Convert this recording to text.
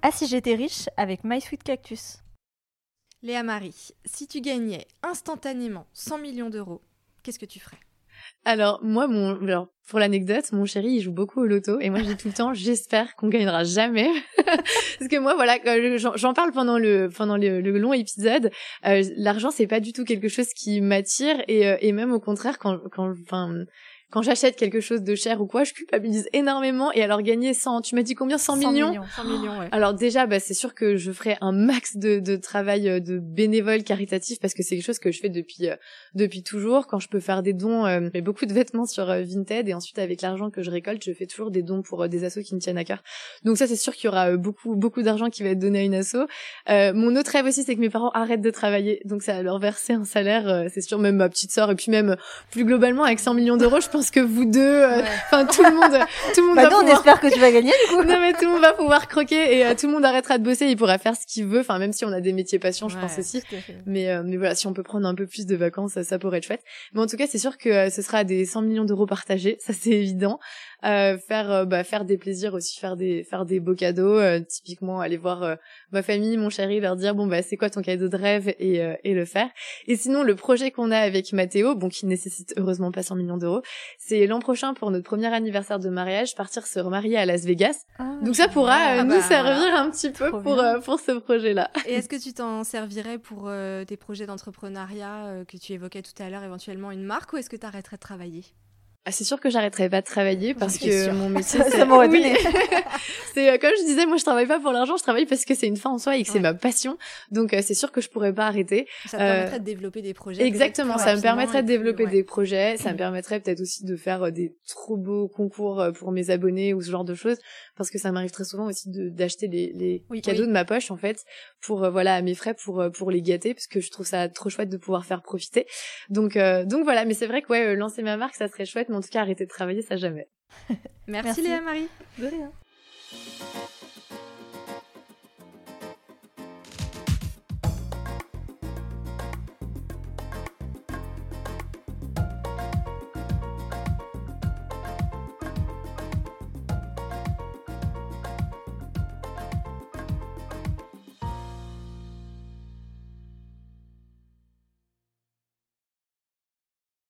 Ah si j'étais riche avec My Sweet Cactus. Léa Marie, si tu gagnais instantanément 100 millions d'euros, qu'est-ce que tu ferais ? Alors, moi, pour l'anecdote, mon chéri, il joue beaucoup au loto. Et moi, je dis tout le temps, j'espère qu'on gagnera jamais. Parce que moi, voilà, j'en parle pendant le long épisode. L'argent, c'est pas du tout quelque chose qui m'attire. Et même au contraire, quand j'achète quelque chose de cher ou quoi, je culpabilise énormément. Et alors gagner 100, tu m'as dit combien? 100 millions? 100 millions, ouais. Alors déjà, c'est sûr que je ferai un max de travail de bénévole caritatif parce que c'est quelque chose que je fais depuis toujours. Quand je peux faire des dons, je fais beaucoup de vêtements sur Vinted et ensuite avec l'argent que je récolte, je fais toujours des dons pour des assos qui me tiennent à cœur. Donc ça, c'est sûr qu'il y aura beaucoup d'argent qui va être donné à une asso. Mon autre rêve aussi, c'est que mes parents arrêtent de travailler. Donc ça va leur verser un salaire, c'est sûr, même ma petite sœur et puis même plus globalement avec 100 millions d'euros, je pense que vous deux, tout le monde va on espère que tu vas gagner du coup. Non mais tout le monde va pouvoir croquer et tout le monde arrêtera de bosser, il pourra faire ce qu'il veut, même si on a des métiers passion, je pense aussi. Mais voilà, si on peut prendre un peu plus de vacances, ça pourrait être chouette. Mais en tout cas, c'est sûr que ce sera des 100 millions d'euros partagés, ça c'est évident. Faire des plaisirs aussi, faire des beaux cadeaux, typiquement aller voir ma famille, mon chéri, leur dire c'est quoi ton cadeau de rêve et le faire. Et sinon le projet qu'on a avec Mathéo, qui ne nécessite heureusement pas 100 millions d'euros, c'est l'an prochain pour notre premier anniversaire de mariage partir se remarier à Las Vegas. Donc ça pourra nous servir un petit peu pour ce projet-là. Et est-ce que tu t'en servirais pour tes projets d'entrepreneuriat que tu évoquais tout à l'heure, éventuellement une marque, ou est-ce que tu arrêterais de travailler ? Ah, c'est sûr que j'arrêterai pas de travailler parce que mon métier, ça m'aurait donné. C'est comme je disais, moi je travaille pas pour l'argent, je travaille parce que c'est une fin en soi et que c'est ma passion. Donc c'est sûr que je pourrais pas arrêter. Ça te permettrait de développer des projets. Exactement, ça me permettrait de développer des projets, ça me permettrait peut-être aussi de faire des trop beaux concours pour mes abonnés ou ce genre de choses, parce que ça m'arrive très souvent aussi d'acheter les cadeaux de ma poche en fait pour à mes frais pour les gâter, parce que je trouve ça trop chouette de pouvoir faire profiter. Donc voilà, mais c'est vrai que lancer ma marque ça serait chouette, mais en tout cas arrêter de travailler ça jamais. Merci Léa Marie. De rien.